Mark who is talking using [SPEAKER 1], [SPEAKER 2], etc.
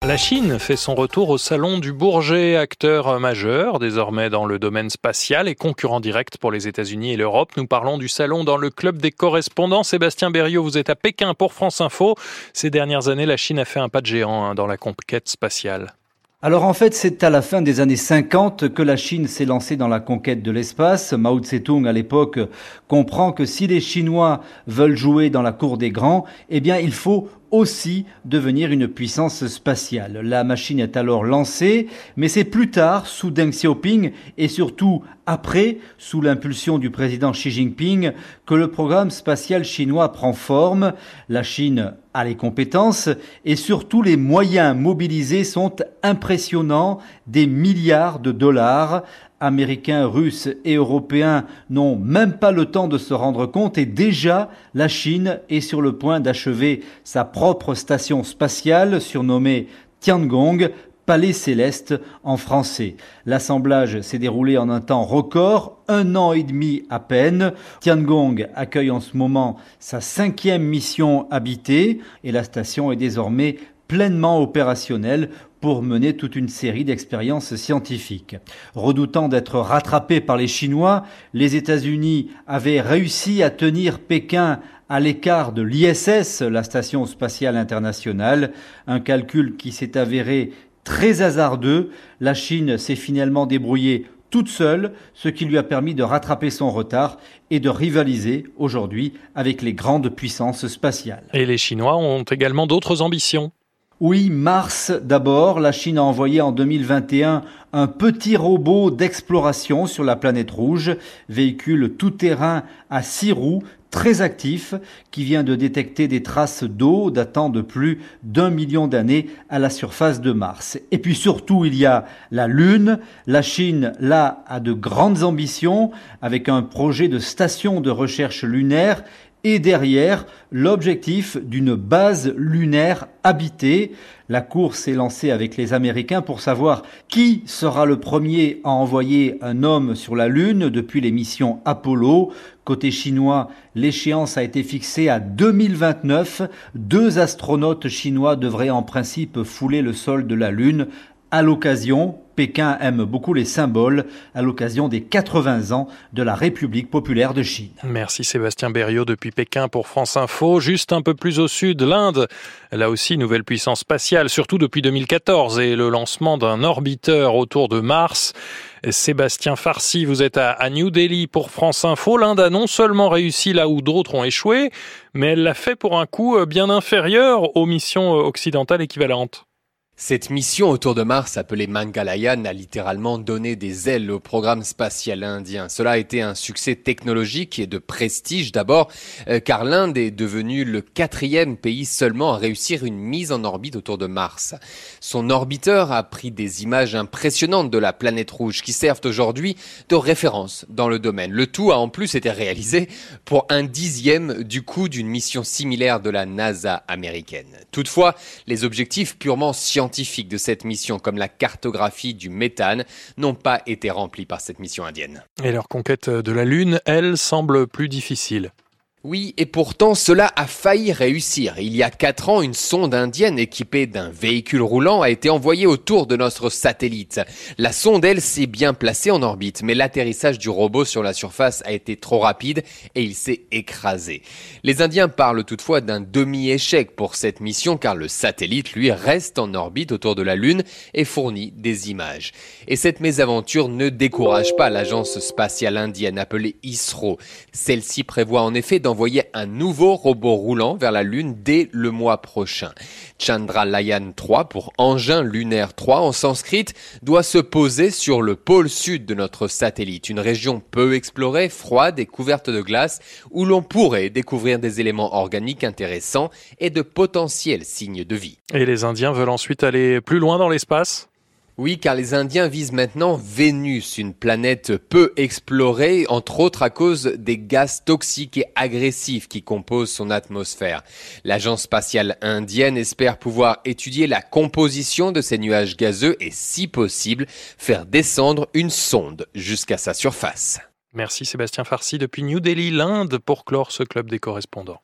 [SPEAKER 1] La Chine fait son retour au salon du Bourget, acteur majeur désormais dans le domaine spatial et concurrent direct pour les États-Unis et l'Europe. Nous parlons du salon dans le club des correspondants. Sébastien Berriot, vous êtes à Pékin pour France Info. Ces dernières années, la Chine a fait un pas de géant dans la conquête spatiale.
[SPEAKER 2] Alors en fait, c'est à la fin des années 50 que la Chine s'est lancée dans la conquête de l'espace. Mao Tse-tung, à l'époque, comprend que si les Chinois veulent jouer dans la cour des grands, eh bien, il faut aussi devenir une puissance spatiale. La machine est alors lancée, mais c'est plus tard, sous Deng Xiaoping, et surtout après, sous l'impulsion du président Xi Jinping, que le programme spatial chinois prend forme. La Chine a les compétences et surtout les moyens mobilisés sont impressionnants, des milliards de dollars. Américains, Russes et Européens n'ont même pas le temps de se rendre compte et déjà la Chine est sur le point d'achever sa propre station spatiale surnommée Tiangong, Palais Céleste en français. L'assemblage s'est déroulé en un temps record, 1 an et demi à peine. Tiangong accueille en ce moment sa 5e mission habitée et la station est désormais pleinement opérationnelle pour mener toute une série d'expériences scientifiques. Redoutant d'être rattrapés par les Chinois, les États-Unis avaient réussi à tenir Pékin à l'écart de l'ISS, la Station spatiale internationale, un calcul qui s'est avéré très hasardeux. La Chine s'est finalement débrouillée toute seule, ce qui lui a permis de rattraper son retard et de rivaliser aujourd'hui avec les grandes puissances spatiales.
[SPEAKER 1] Et les Chinois ont également d'autres ambitions.
[SPEAKER 2] Oui, Mars d'abord. La Chine a envoyé en 2021 un petit robot d'exploration sur la planète rouge, véhicule tout-terrain à 6 roues, très actif, qui vient de détecter des traces d'eau datant de plus d'1 million d'années à la surface de Mars. Et puis surtout, il y a la Lune. La Chine, là, a de grandes ambitions avec un projet de station de recherche lunaire et derrière, l'objectif d'une base lunaire habitée. La course est lancée avec les Américains pour savoir qui sera le premier à envoyer un homme sur la Lune depuis les missions Apollo. Côté chinois, l'échéance a été fixée à 2029. 2 astronautes chinois devraient en principe fouler le sol de la Lune. À l'occasion, Pékin aime beaucoup les symboles, à l'occasion des 80 ans de la République populaire de Chine.
[SPEAKER 1] Merci Sébastien Berriot depuis Pékin pour France Info. Juste un peu plus au sud, l'Inde, là aussi nouvelle puissance spatiale, surtout depuis 2014 et le lancement d'un orbiteur autour de Mars. Sébastien Farsi, vous êtes à New Delhi pour France Info. L'Inde a non seulement réussi là où d'autres ont échoué, mais elle l'a fait pour un coût bien inférieur aux missions occidentales équivalentes.
[SPEAKER 3] Cette mission autour de Mars, appelée Mangalyaan, a littéralement donné des ailes au programme spatial indien. Cela a été un succès technologique et de prestige d'abord, car l'Inde est devenue le 4e pays seulement à réussir une mise en orbite autour de Mars. Son orbiteur a pris des images impressionnantes de la planète rouge qui servent aujourd'hui de référence dans le domaine. Le tout a en plus été réalisé pour 1/10 du coût d'une mission similaire de la NASA américaine. Toutefois, les objectifs purement scientifiques de cette mission, comme la cartographie du méthane, n'ont pas été remplis par cette mission indienne.
[SPEAKER 1] Et leur conquête de la Lune, elle, semble plus difficile.
[SPEAKER 3] Oui, et pourtant cela a failli réussir. Il y a 4 ans, une sonde indienne équipée d'un véhicule roulant a été envoyée autour de notre satellite. La sonde, elle, s'est bien placée en orbite, mais l'atterrissage du robot sur la surface a été trop rapide et il s'est écrasé. Les Indiens parlent toutefois d'un demi-échec pour cette mission car le satellite, lui, reste en orbite autour de la Lune et fournit des images. Et cette mésaventure ne décourage pas l'agence spatiale indienne appelée ISRO. Celle-ci prévoit en effet d'envoyer un nouveau robot roulant vers la Lune dès le mois prochain. Chandrayaan 3, pour engin lunaire 3 en sanskrit, doit se poser sur le pôle sud de notre satellite, une région peu explorée, froide et couverte de glace, où l'on pourrait découvrir des éléments organiques intéressants et de potentiels signes de vie.
[SPEAKER 1] Et les Indiens veulent ensuite aller plus loin dans l'espace ?
[SPEAKER 3] Oui, car les Indiens visent maintenant Vénus, une planète peu explorée, entre autres à cause des gaz toxiques et agressifs qui composent son atmosphère. L'agence spatiale indienne espère pouvoir étudier la composition de ces nuages gazeux et, si possible, faire descendre une sonde jusqu'à sa surface.
[SPEAKER 1] Merci Sébastien Farsi depuis New Delhi, l'Inde, pour clore ce club des correspondants.